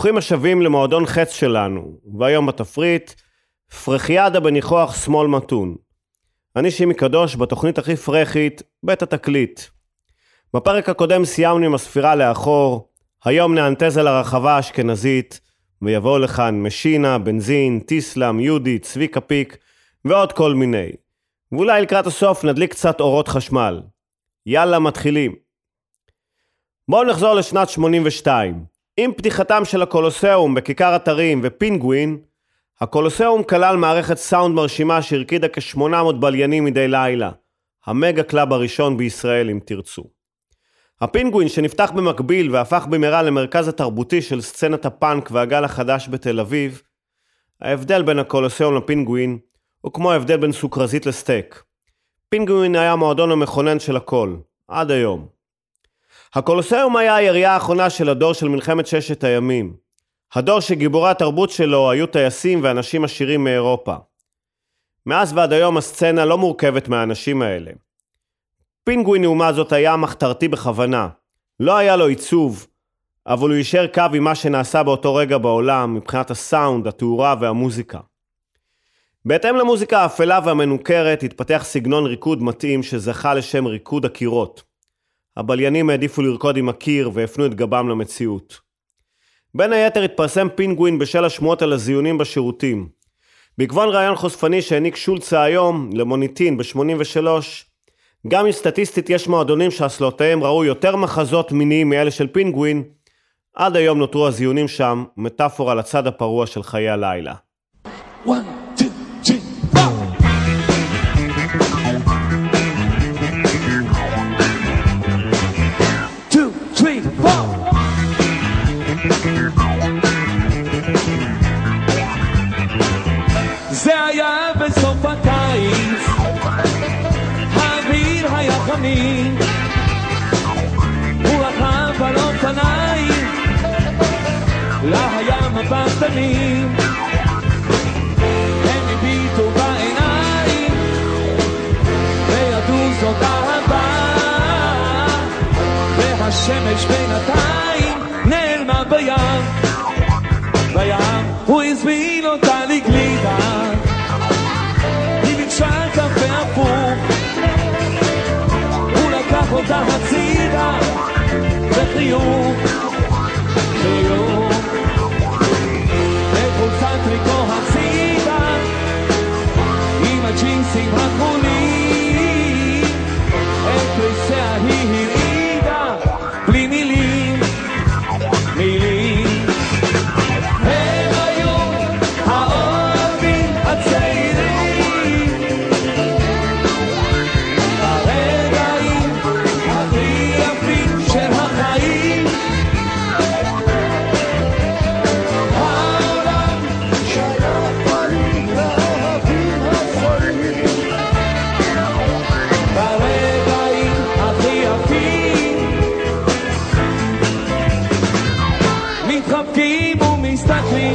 ברוכים השבים למועדון חץ שלנו, והיום בתפריט, פרחיאדה בניחוח שמאל מתון. אני שימי קדוש בתוכנית הכי פרחית, בית התקליט. בפרק הקודם סיימנו עם הספירה לאחור, היום נאנטז על הרחבה האשכנזית, ויבואו לכאן משינה, בנזין, טיסלם, יהודי, צביקה פיק, ועוד כל מיני. ואולי לקראת הסוף נדליק קצת אורות חשמל. יאללה, מתחילים. בואו נחזור לשנת 82. עם פתיחתם של הקולוסיאום בכיכר אתרים ופינגווין, הקולוסיאום כלל מערכת סאונד מרשימה שהרקידה כ-800 בליינים מדי לילה, המגה קלאב הראשון בישראל אם תרצו. הפינגווין שנפתח במקביל והפך במהרה למרכז התרבותי של סצנת הפאנק והגל החדש בתל אביב, ההבדל בין הקולוסיאום לפינגווין הוא כמו ההבדל בין סוכרזית לסטייק. פינגווין היה המועדון המכונן של הכל, עד היום. הקולוסיאום היה הירייה האחרונה של הדור של מלחמת ששת הימים. הדור שגיבורי התרבות שלו היו טייסים ואנשים עשירים מאירופה. מאז ועד היום הסצנה לא מורכבת מהאנשים האלה. פינגווין לעומת זאת היה מחתרתי בכוונה. לא היה לו עיצוב, אבל הוא יישר קו עם מה שנעשה באותו רגע בעולם מבחינת הסאונד, התאורה והמוזיקה. בהתאם למוזיקה האפלה והמנוכרת התפתח סגנון ריקוד מתאים שזכה לשם ריקוד הקירות. הבליינים העדיפו לרקוד עם הקיר והפנו את גבם למציאות. בין היתר התפרסם פינגווין בשל השמועות על הזיונים בשירותים. בעקבון רעיון חושפני שהעניק שולצה היום למוניטין ב-83, גם אם סטטיסטית יש מועדונים שהסלותיהם ראו יותר מחזות מיניים מאלה של פינגווין, עד היום נותרו הזיונים שם מטאפורה לצד הפרוע של חיי הלילה. 1, 2, 3, 4 זה היה בסוף הקיץ, האוויר היה חמים, הוא רכב על אופניים, לים הפחדנים, הם הביטו בעיניים, וידעו זאת אהבה, והשמש בינתיים נעלמה בים, הוא הזמין אותה לגלידה, היא ביקשה קפה הפוך, הוא לקח אותה הצידה בחיוך, וחולצת טריקו הצידה עם הג'ינסים הכחולים, את פריסיה היא הרעידה בלי מילים. הם היו האוהבים הצעירים, הרגעים הכי יפים של החיים, העולם שלח פנים לאוהבים הצעירים, ברגעים הכי יפים מתחבקים ומסתכלים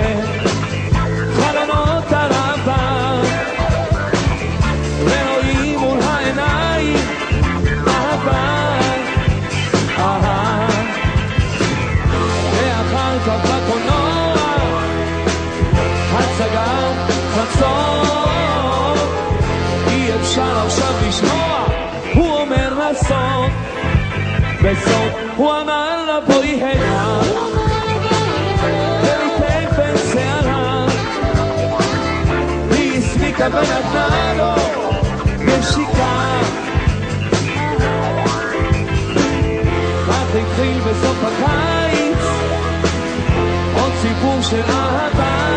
בחלונות על העבר, ורואים מול העיניים אהבה, ואחר כך בקולנוע הצגה חצות, אי אפשר עכשיו לשמוע, הוא אומר לסוף, בסוף הוא אמר לה בואי הנה וליטק בין שערה, היא הסמיקה ונתנה לו נשיקה, כך התחיל בסוף הקיץ עוד סיפור של אהבה,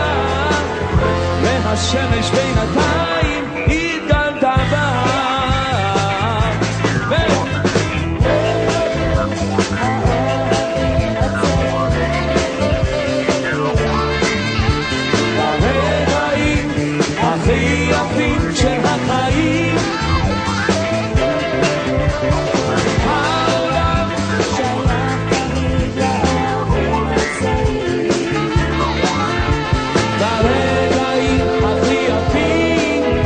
והשמש בינתיים התגלתה בה. הכי יפים של החיים, העולם שלח תמיד לאוהבים הצעירים, ברגעים הכי יפים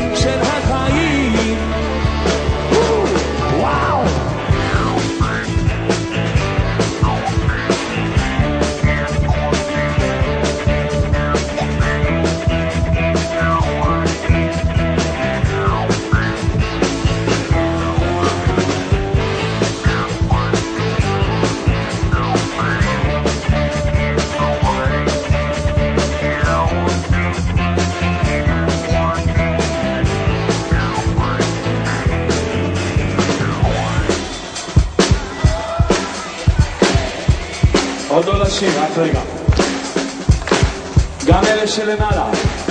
לשיר, רק רגע. גם אלה שלמעלה.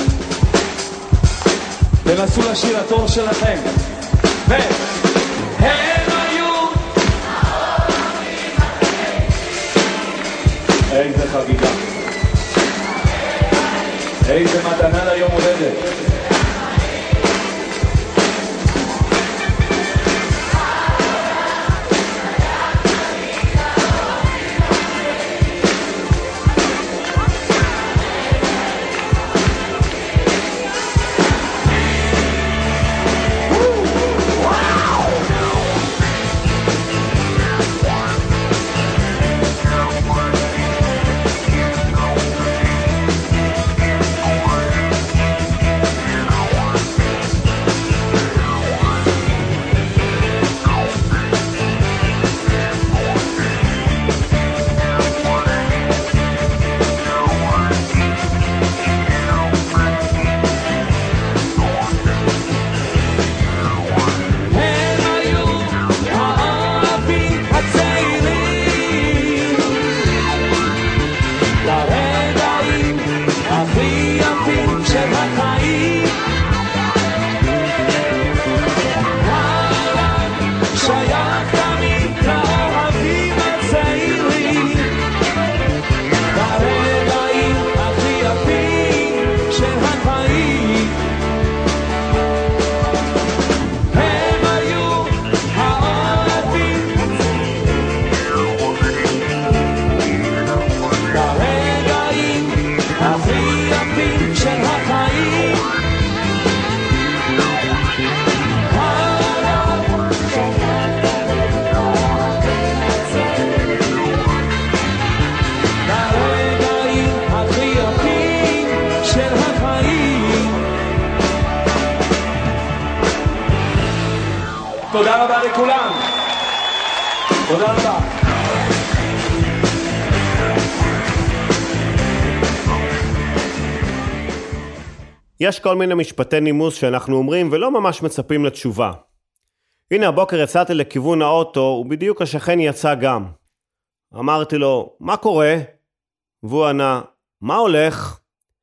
תנסו לשיר התור שלכם. והם היו איזה חגיגה. איזה מתנה ליום הולדת. תודה רבה לכולם. תודה רבה. יש כל מיני משפטי נימוס שאנחנו אומרים ולא ממש מצפים לתשובה. הנה הבוקר יצאתי לכיוון האוטו ובדיוק השכן יצא גם. אמרתי לו, מה קורה? והוא ענה, מה הולך?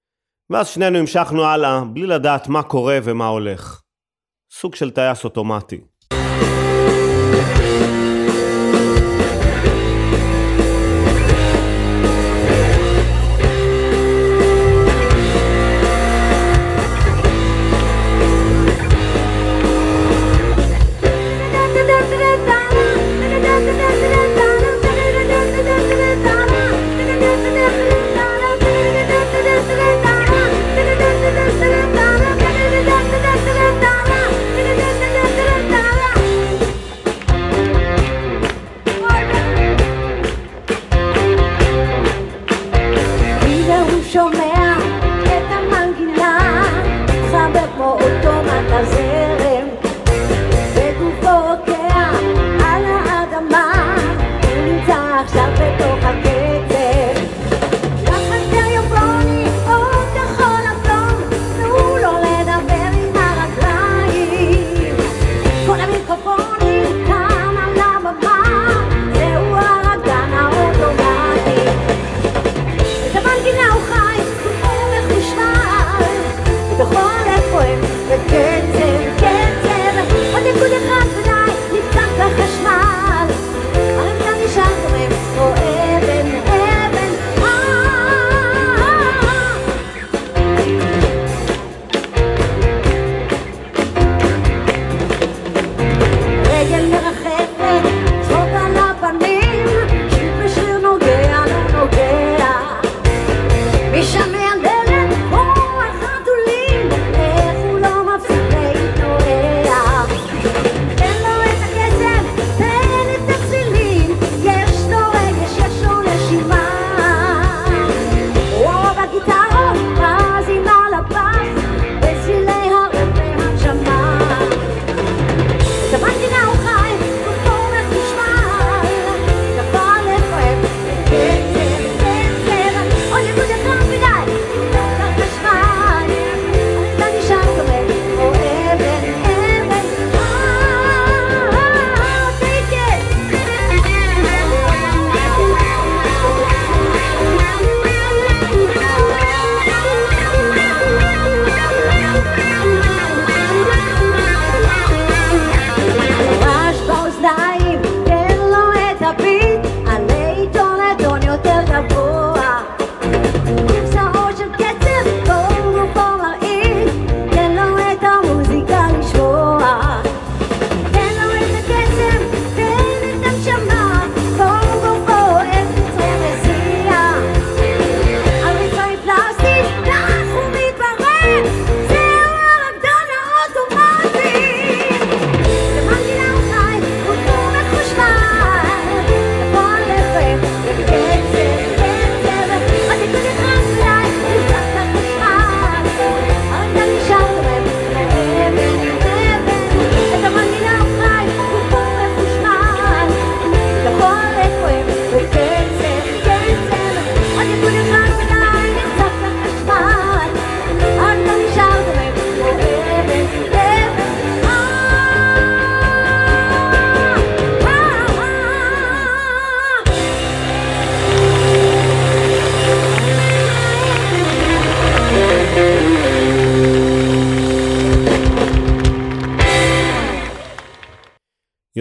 ואז שנינו המשכנו הלאה בלי לדעת מה קורה ומה הולך. סוג של טייס אוטומטי. משם מהדלת כמו החתולים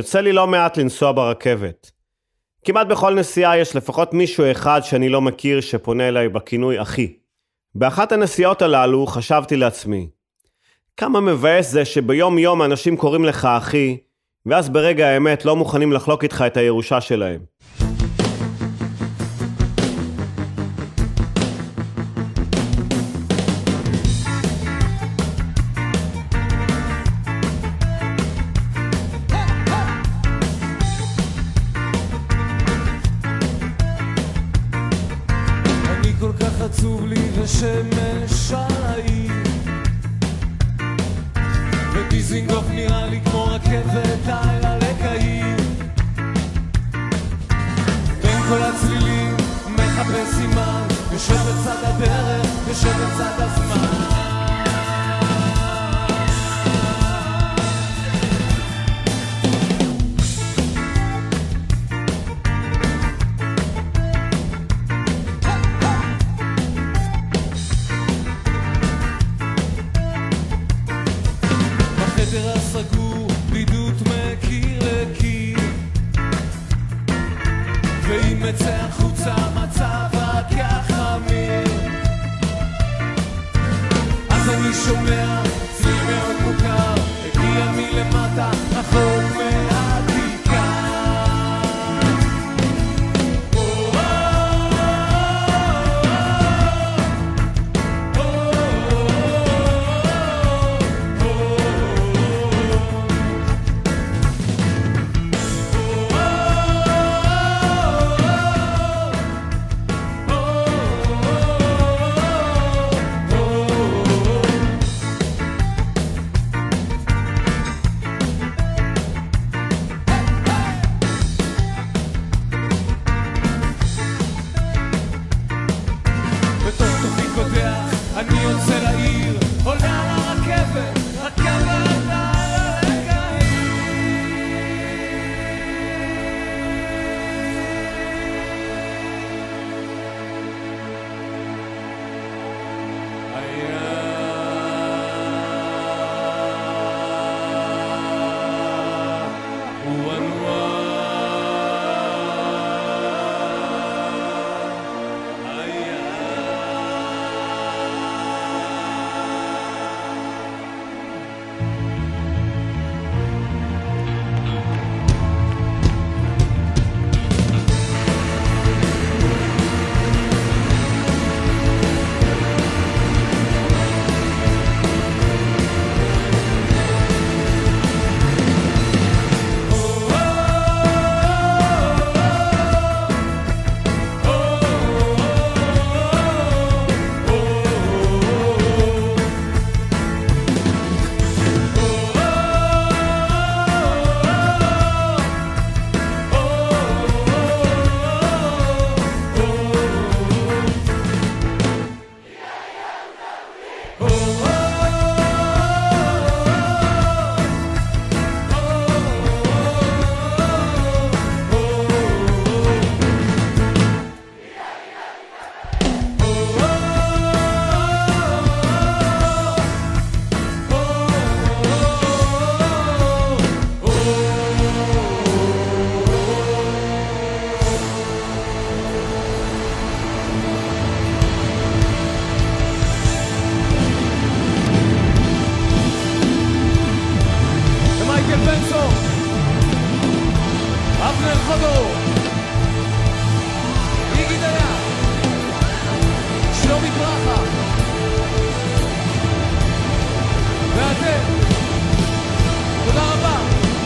יוצא לי לא מעט לנסוע ברכבת. כמעט בכל נסיעה יש לפחות מישהו אחד שאני לא מכיר שפונה אליי בכינוי אחי. באחת הנסיעות הללו חשבתי לעצמי, כמה מבאס זה שביום יום אנשים קוראים לך אחי, ואז ברגע האמת לא מוכנים לחלוק איתך את הירושה שלהם. אני כל כך עצוב לי ושמש על העיר, ודיזינגוף נראה לי כמו רכבת הלאה לקהיר. בין כל הצלילים מחפש סימן, יושב בצד הדרך, יושב בצד הזמן. בחדר הסגור בידות מקיר לקיר, ואם מצא החוצה מצב רק חמיר, אז אני שומע צליל מאוד מוכר, הגיע מלמטה רחוק מהכיכר. בתוך תוכי קודח, אני יוצא לעיר, עולה לרכבת, רכבת על הרגעים. אבנר חדור, איגי דיין, שלומי ברכה, ואתם, תודה רבה.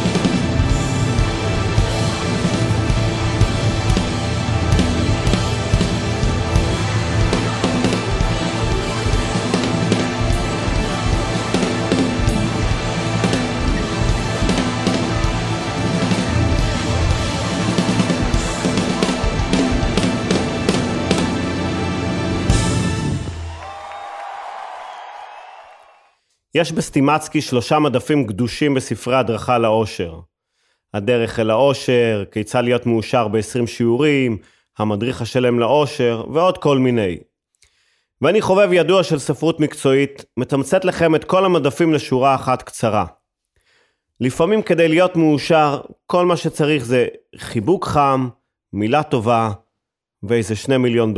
יש בסטימצקי 3 מדפים גדושים בספרי הדרכה לאושר. הדרך אל האושר, כיצד להיות מאושר ב-20 שיעורים, המדריך השלם לאושר ועוד כל מיני. ואני חובב ידוע של ספרות מקצועית, מתמצת לכם את כל המדפים לשורה אחת קצרה. לפעמים כדי להיות מאושר, כל מה שצריך זה חיבוק חם, מילה טובה, ואיזה $2 מיליון.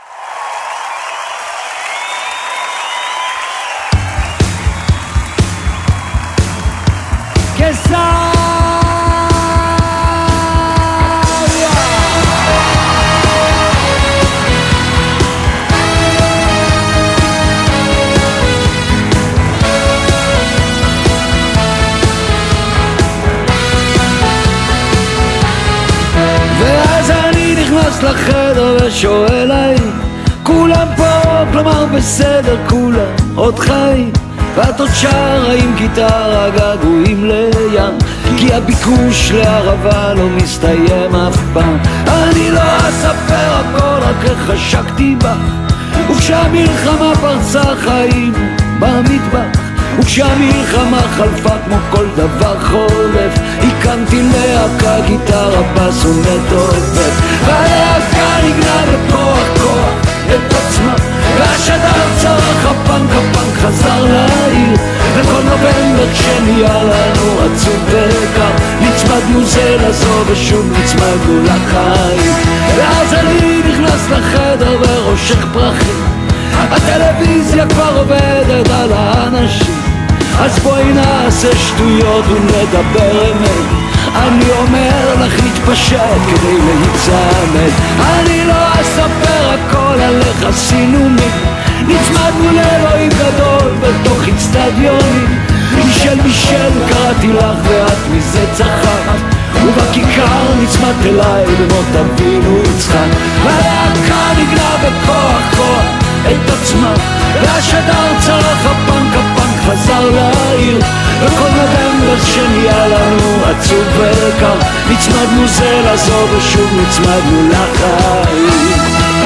ואז אני נכנס לחדר ושואל האם כולם פה, כלומר בסדר, כולם עוד חיים, ואת עוד שרה עם גיטרה געגועים לים, כי הביקוש לערבה לא מסתיים אף פעם. אני לא אספר הכל, רק החשקתי בך, וכשהמלחמה פרצה חיים במטבח, וכשהמלחמה חלפה כמו כל דבר חולף, הקמתי להקה, גיטרה, בס ומטורפת, והלהקה נגנה בכוח כוח את עצמה, והשדר צרח, הפנק חזר לעיר, וכל נובמבר כשנהיה לנו עצוב וקר, נצמדנו זה לזו ושוב נצמדנו לחיים. ואז אני נכנס לחדר ורושך פרחים, הטלוויזיה כבר עובדת על האנשים, אז בואי נעשה שטויות ונדבר אמת, אני אומר לך להתפשט כדי להיצמד. אני לא אספר הכל עליך סינומים, נצמדנו לאלוהים גדול בתוך אצטדיונים, מישל קראתי לך ואת מזה צחקת, ובכיכר נצמדת אליי במות אבינו יצחק. והלהקה נגנה בכוח כוח את עצמה, והשדר צרח, הפנק חזר לעיר, וכל נובמבר שנהיה לנו עצוב וקר, נצמדנו זה לזו ושוב נצמדנו לחיים.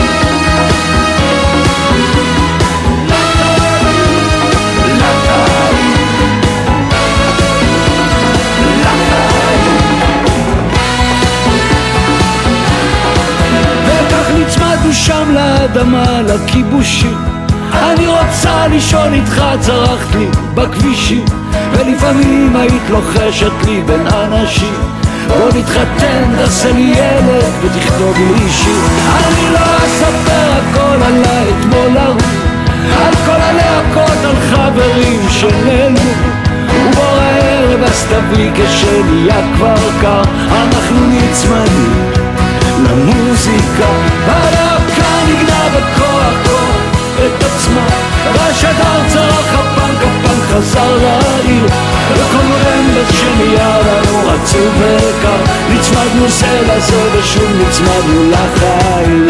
וכך נצמדנו שם לאדמה, לכיבושים, אני רוצה לישון איתך, צרחת לי בכבישים, ולפעמים היית לוחשת לי בין אנשים, בוא נתחתן, תעשה לי ילד ותכתוב לי שיר. אני לא אספר הכל עליי אתמול ההוא, על כל הלהקות, על חברים שנעלמו, ובוא הערב אז תביא כשנהיה כבר קר, אנחנו נצמדים למוזיקה. הלהקה נגנה בכוח כוח את עצמה, והשדר צרח, הפנק חזר לעיר, וכל נובמבר שנהיה לנו עצוב וקר, נצמדנו זה לזה ושוב נצמדנו לחיים.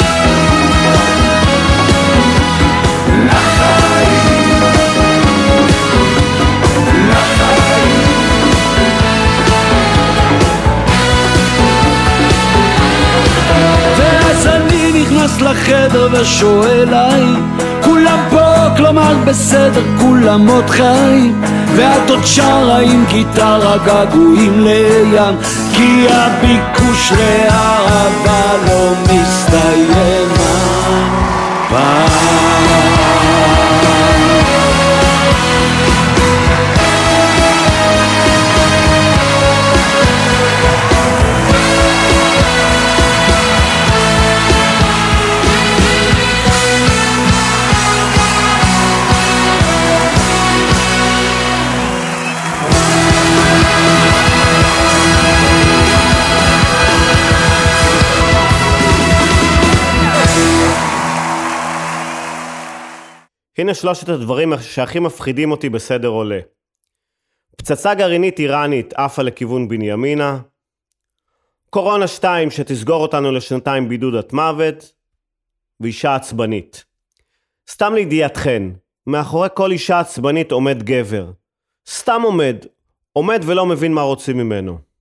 ואז אני נכנס לחדר ושואל האם כולם פה, כלומר בסדר, כולם עוד חיים, ואת עוד שרה עם גיטרה געגועים לים, כי הביקוש לאהבה לא מסתיים אף פעם. הנה 3 הדברים שהכי מפחידים אותי בסדר עולה. פצצה גרעינית איראנית עפה לכיוון בנימינה, קורונה 2 שתסגור אותנו לשנתיים בידוד עד מוות, ואישה עצבנית. סתם לידיעתכן, מאחורי כל אישה עצבנית עומד גבר. סתם עומד ולא מבין מה רוצים ממנו.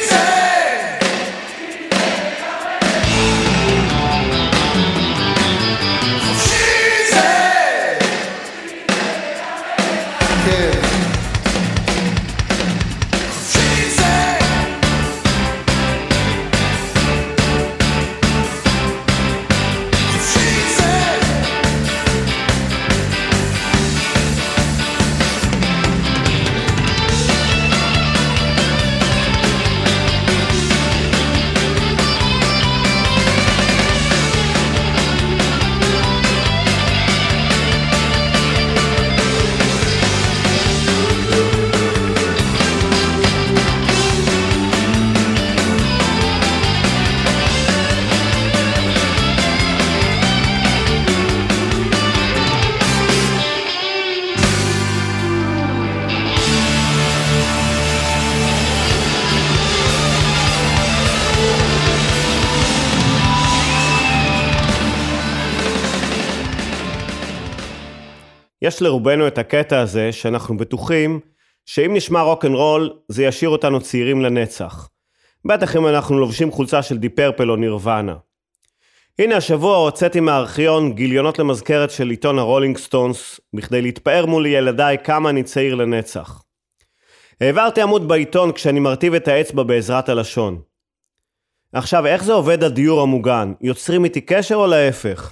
יש לרובנו את הקטע הזה שאנחנו בטוחים שאם נשמע רוק'נ'רול זה ישאיר אותנו צעירים לנצח. בטח אם אנחנו לובשים חולצה של די פרפל או נירוונה. הנה השבוע הוצאתי מהארכיון גיליונות למזכרת של עיתון הרולינג סטונס בכדי להתפאר מול ילדיי כמה אני צעיר לנצח. העברתי עמוד בעיתון כשאני מרטיב את האצבע בעזרת הלשון. עכשיו איך זה עובד הדיור המוגן? יוצרים איתי קשר או להפך?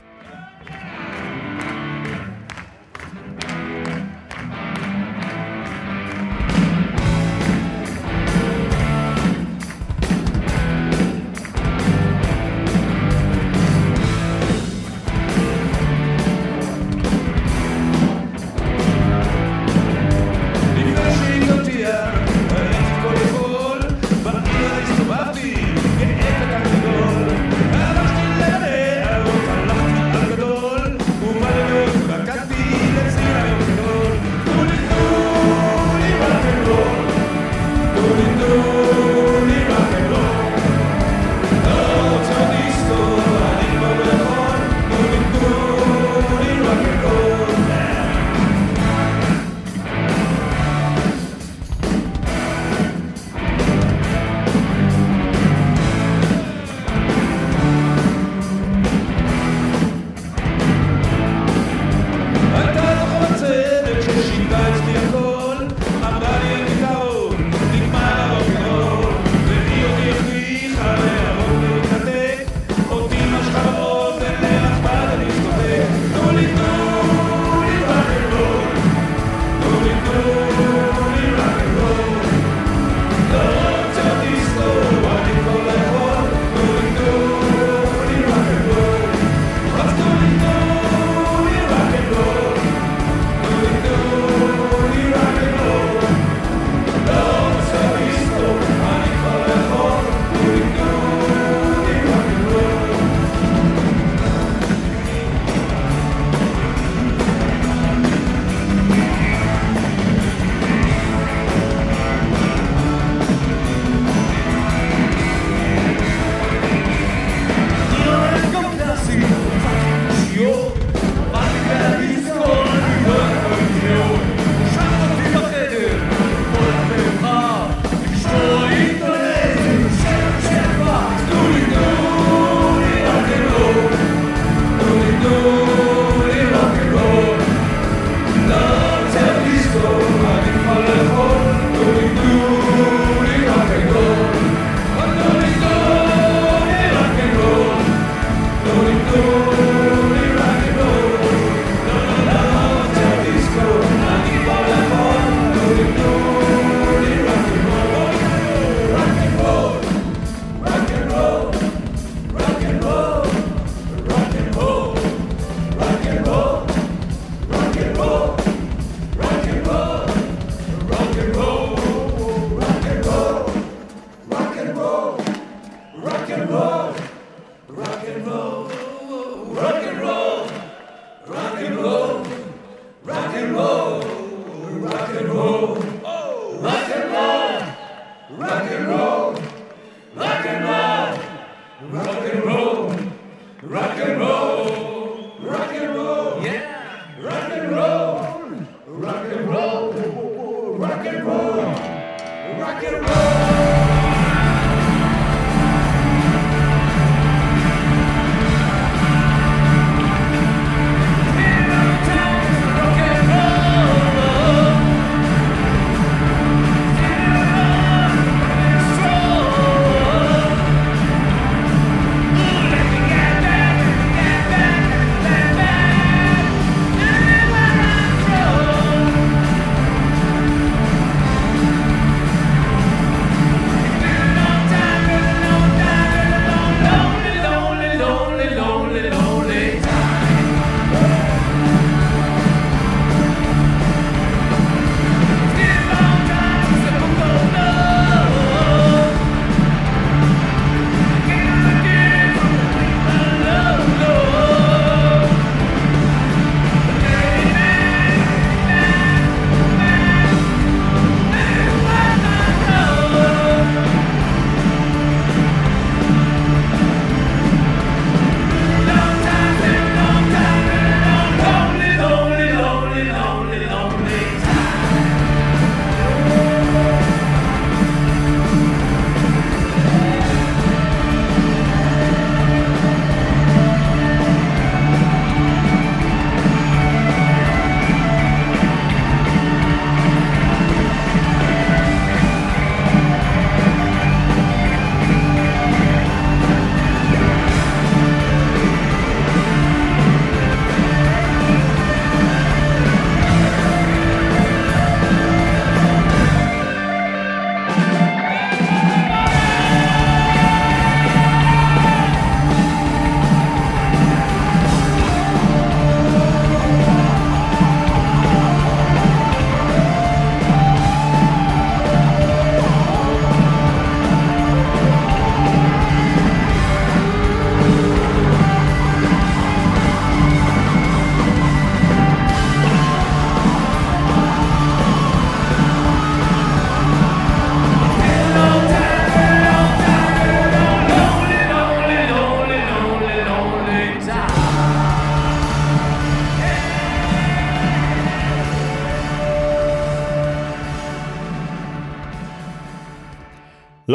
הלכתי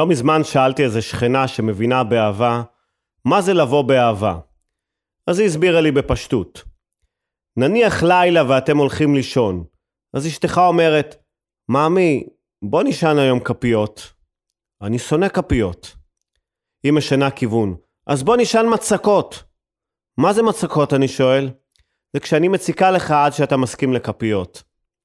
לא מזמן שאלתי איזה שכנה שמבינה באהבה, מה זה לבוא באהבה? אז היא הסבירה לי בפשטות. נניח לילה ואתם הולכים לישון, אז אשתך אומרת, מאמי, בוא נשען היום כפיות. אני שונא כפיות. היא משנה כיוון, אז בוא נשען מצקות. מה זה מצקות, אני שואל? זה כשאני מציקה לך עד שאתה מסכים לכפיות.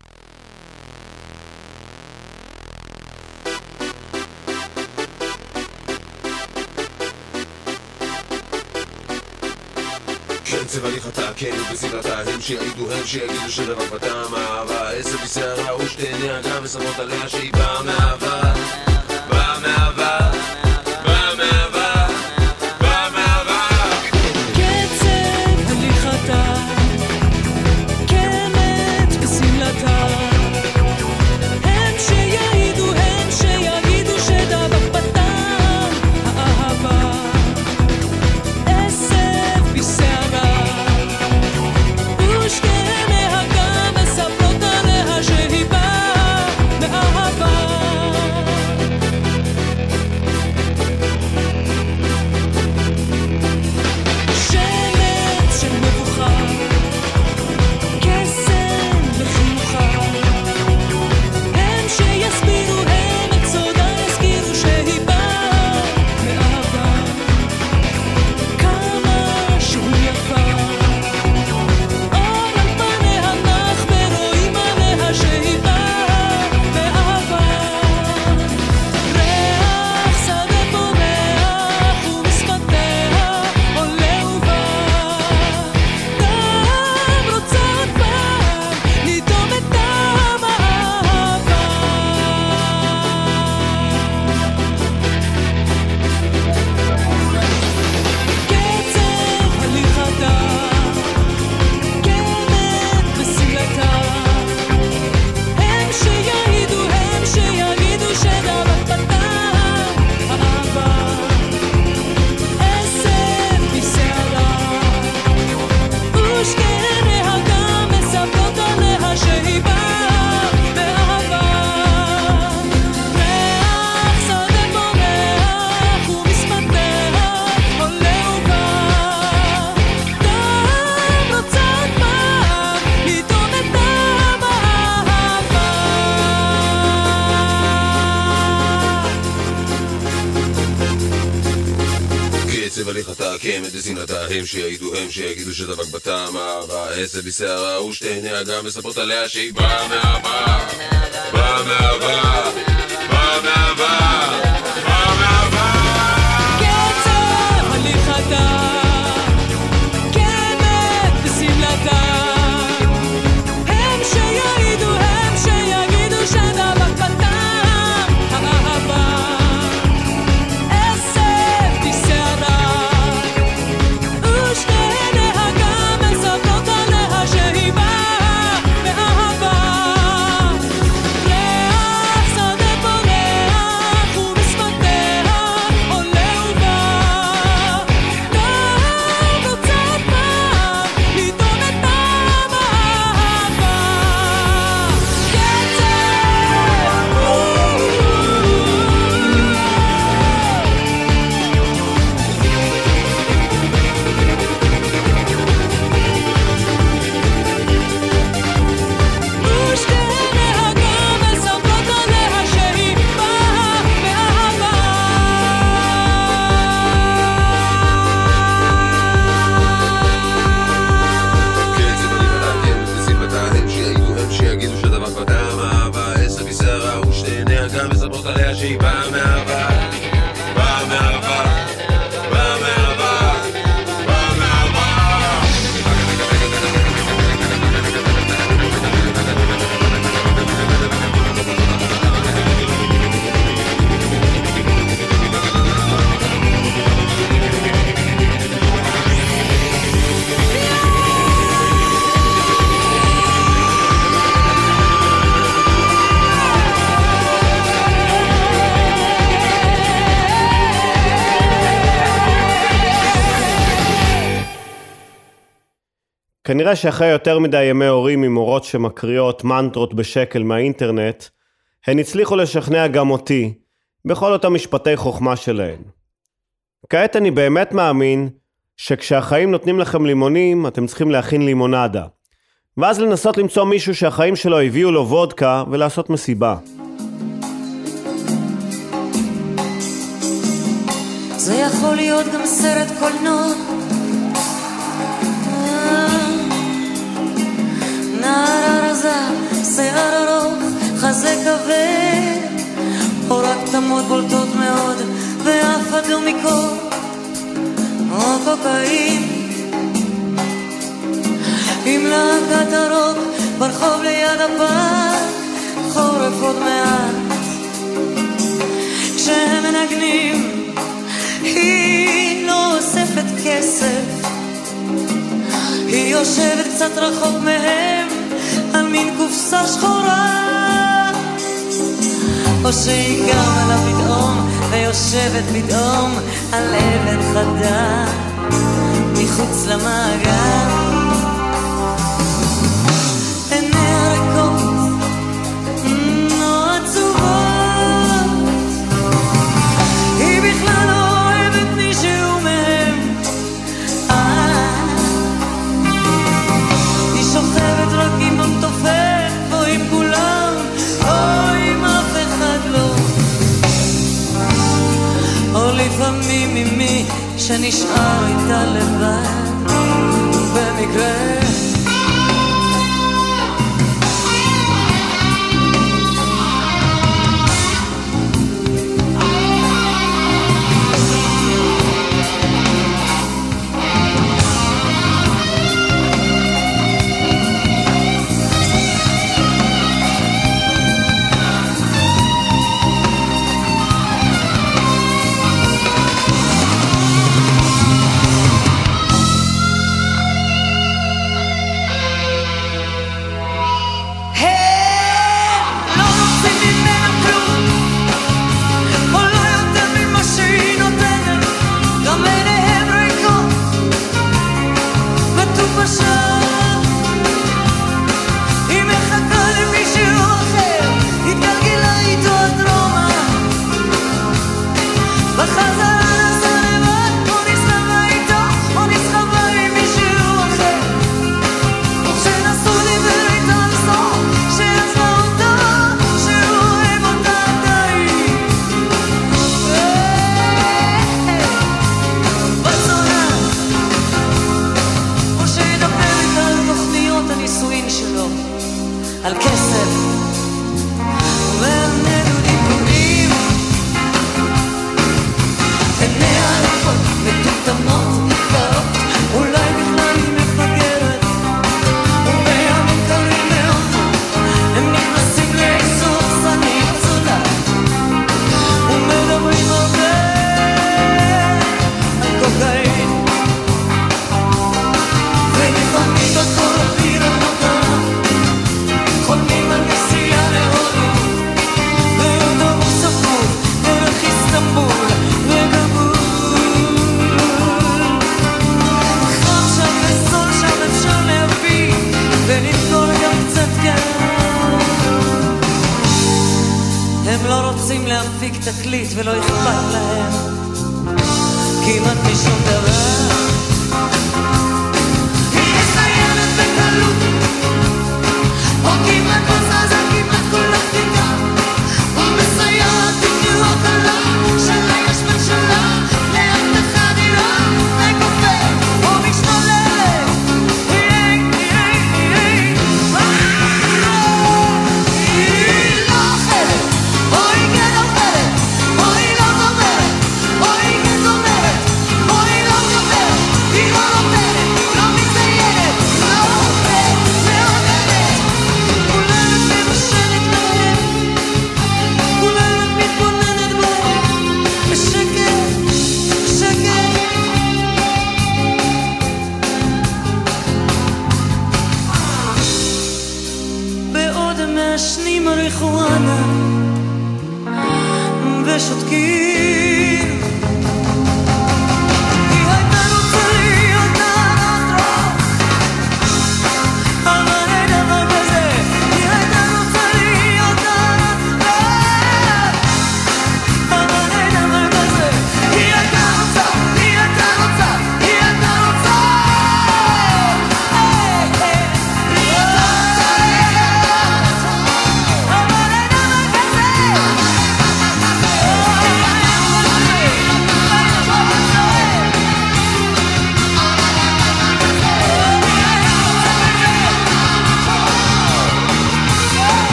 קצב הליכתה, כן, ובסביבתה, הם שיעידו, הם שיגידו שרק בטעם אהבה, עשב בשערה ושתי נהגה מסמות עליה שהיא באה מאהבה, באה מאהבה, באה מאהבה, באה מאהבה. קצב הליכתה, קמת בשמלתה, הם שיעידו, הם שיגידו שדבק בטעם האהבה, עשב בשערה קמת בשמלתה, הם שיעידו, הם שיגידו שדבק בטעם אהבה, עשב בשערה ושתי נהגה מספרות עליה שהיא באה מאהבה, באה מאהבה, באה מאהבה, באה מאהבה. קצב הליכתה, קמת בשמלתה, הם שיעידו, הם שיגידו שדבק בטעם האהבה, עשב בשערה כנראה שאחרי יותר מדי ימי הורים עם מורות שמקריאות מנטרות בשקל מהאינטרנט, הן הצליחו לשכנע גם אותי, בכל אותם משפטי חוכמה שלהן. כעת אני באמת מאמין שכשהחיים נותנים לכם לימונים, אתם צריכים להכין לימונדה. ואז לנסות למצוא מישהו שהחיים שלו הביאו לו וודקה ולעשות מסיבה. זה יכול להיות גם סרט קולנוע. נערה רזה, שיער ארוך, חזה כבד, או רק תמות בולטות מאוד, ואף אחד לא מקור, או קוקאין. עם להקת הרוק ברחוב ליד הפארק, חורף עוד מעט. כשהם מנגנים, היא לא אוספת כסף, היא יושבת קצת רחוק מהם על מין קופסה שחורה, או שהיא קמה לה פתאום ויושבת פתאום על אבן חדה מחוץ למעגל. עיניה ריקות, לא עצובות, היא בכלל לא אוהבת מישהו מהם. היא שוכבת רק עם המתופף או עם כולם או עם אף אחד לא, או לפעמים עם מי שנשאר איתה לבד במקרה. תקליט ולא אכפת להם כמעט משום דבר. היא מסיימת בקלות, או כמעט בזזה, כמעט כולה תיתה, ומסיימת תקנוע קלה שלה יש בן שלה, לאט אחד היא לא מקופת או משתוללת. היא לא אוכלת, או היא כן אוכלת, או היא לא גומרת, או היא כן גומרת, או היא לא גומרת.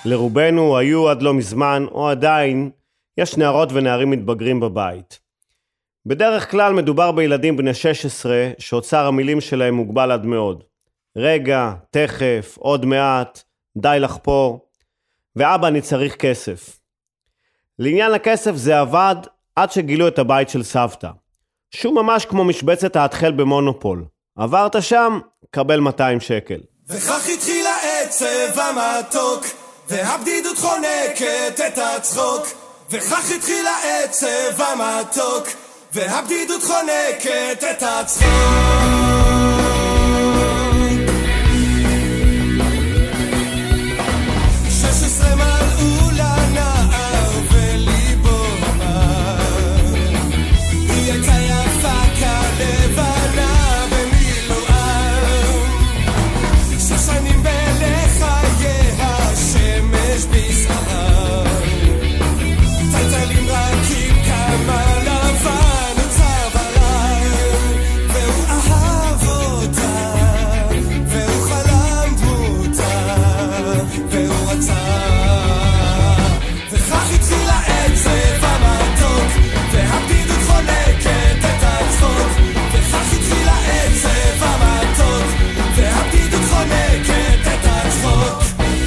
לרובנו היו עד לא מזמן, או עדיין, יש נערות ונערים מתבגרים בבית. בדרך כלל מדובר בילדים בני 16, שאוצר המילים שלהם מוגבל עד מאוד. רגע, תכף, עוד מעט, די לחפור, ואבא אני צריך כסף. לעניין הכסף זה עבד עד שגילו את הבית של סבתא. שהוא ממש כמו משבצת ההתחל במונופול. עברת שם, קבל 200 שקל. וכך התחיל העצב המתוק, והבדידות חונקת את הצחוק. וכך התחיל העצב המתוק, והבדידות חונקת את הצחוק. 16 מלאו לנער וליבו אמר, היא הייתה יפה כלבנה במילואם. 6 שנים בלחייה שמש בשער, טלטלים רכים כמה לבן וצווארם, והוא אהב אותה והוא חלם דמותה והוא רצה. וכך התחיל העצב המתוק, והבדידות חונקת את הצחוק. וכך התחיל העצב המתוק, והבדידות חונקת את הצחוק.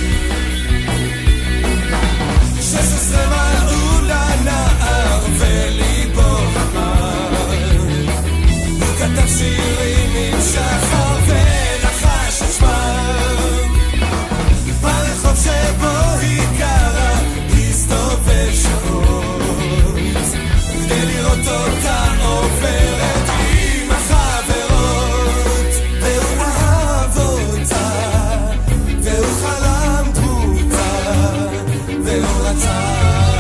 16 מלאו לנער וליבו אמר, הוא כתב שירים עם שחר ונחש את שמם. ברחוב שבו היא גרה הסתובב שעות, כדי לראות אותה עוברת עם החברות. והוא אהב אותה והוא חלם דמותה והוא רצה.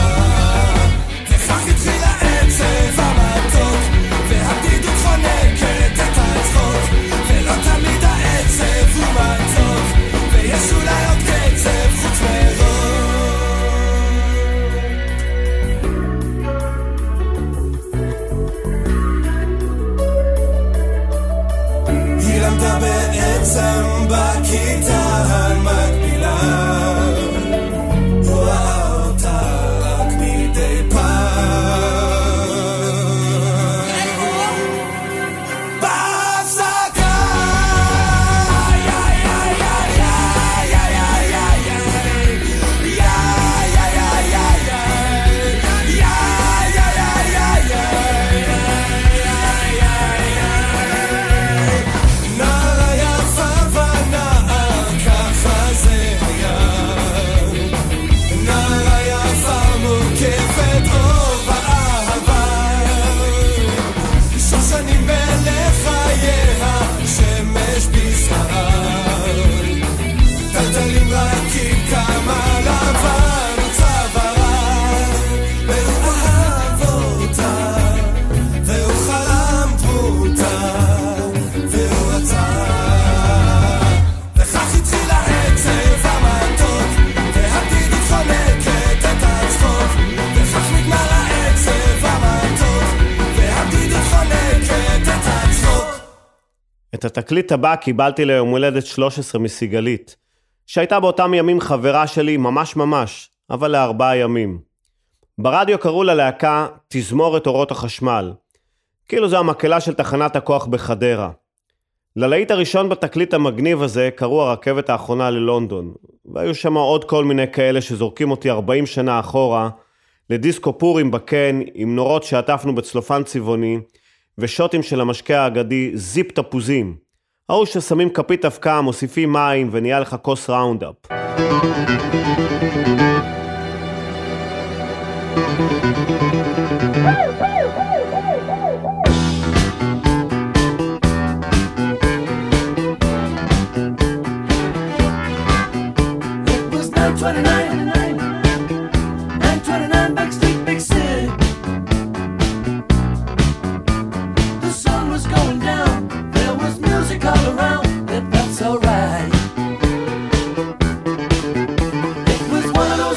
וכך התחיל העצב המתוק, והבדידות חונקת את הצחוק. ולא תמיד העצב הוא מתוק, ויש אולי עוד קצב חוץ מרוק. היא למדה בעצם בכיתה המקבילה, הוא ראה אותה רק מדי פעם. בהפסקה נערה יפה ונער ככה זה היה. נערה יפה מוקפת אור ואהבה, 6 שנים בלחייה שמש בשער, טלטלים רכים כמה לבן וצווארם, והוא אהב אותה והוא חלם דמותה והוא רצה. וכך התחיל העצב המתוק, והבדידות חונקת את הצחוק. וכך נגמר העצב המתוק, והבדידות חונקת את הצחוק. את התקליט הבא קיבלתי ליום הולדת 13 מסיגלית, שהייתה באותם ימים חברה שלי ממש, אבל ל4 ימים. ברדיו קראו ללהקה תזמורת אורות החשמל, כאילו זו המקהלה של תחנת הכוח בחדרה. ללהיט הראשון בתקליט המגניב הזה קראו הרכבת האחרונה ללונדון, והיו שם עוד כל מיני כאלה שזורקים אותי 40 שנה אחורה, לדיסקו פורים בקן עם נורות שעטפנו בצלופן צבעוני, ושוטים של המשקה האגדי זיפ תפוזים. ההוא ששמים כפית אבקה, מוסיפים מים ונהיה לך כוס ראונדאפ. It was 9:29, 9:29 Backstreet Big City. The sun was going down, there was music all around, it felt so right. It was one of those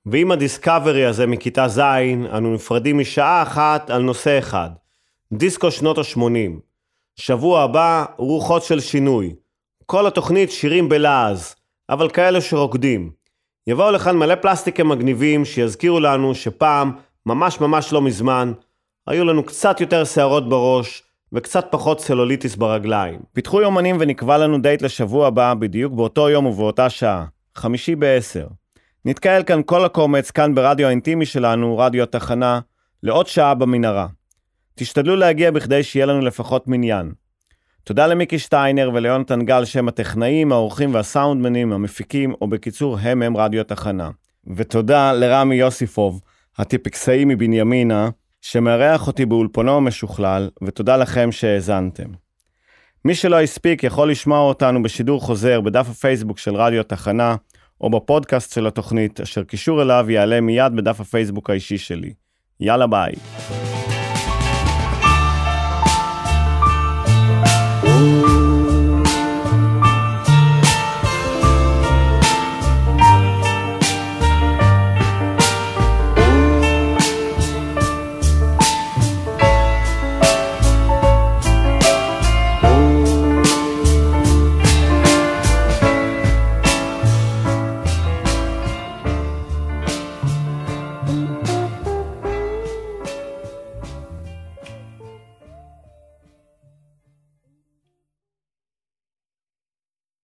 ועם הדיסקאברי הזה מכיתה ז' אנו נפרדים משעה אחת על נושא אחד, דיסקו שנות ה-80. שבוע הבא רוחות של שינוי. כל התוכנית שירים בלעז, אבל כאלה שרוקדים. יבואו לכאן מלא פלסטיקים מגניבים שיזכירו לנו שפעם, ממש לא מזמן, היו לנו קצת יותר שערות בראש וקצת פחות סלוליטיס ברגליים. פיתחו יומנים ונקבע לנו דייט לשבוע הבא בדיוק באותו יום ובאותה שעה, 5:50. נתקהל כאן כל הקומץ כאן ברדיו האינטימי שלנו, רדיו התחנה, לעוד שעה במנהרה. תשתדלו להגיע בכדי שיהיה לנו לפחות מניין. תודה למיקי שטיינר וליונתן גל שהם הטכנאים, האורחים והסאונדמנים, המפיקים, או בקיצור הם רדיו התחנה. ותודה לרמי יוסיפוב, הטיפקסאי מבנימינה, שמארח אותי באולפנו המשוכלל, ותודה לכם שהאזנתם. מי שלא הספיק יכול לשמוע אותנו בשידור חוזר בדף הפייסבוק של רדיו התחנה, או בפודקאסט של התוכנית, אשר קישור אליו יעלה מיד בדף הפייסבוק האישי שלי. יאללה ביי.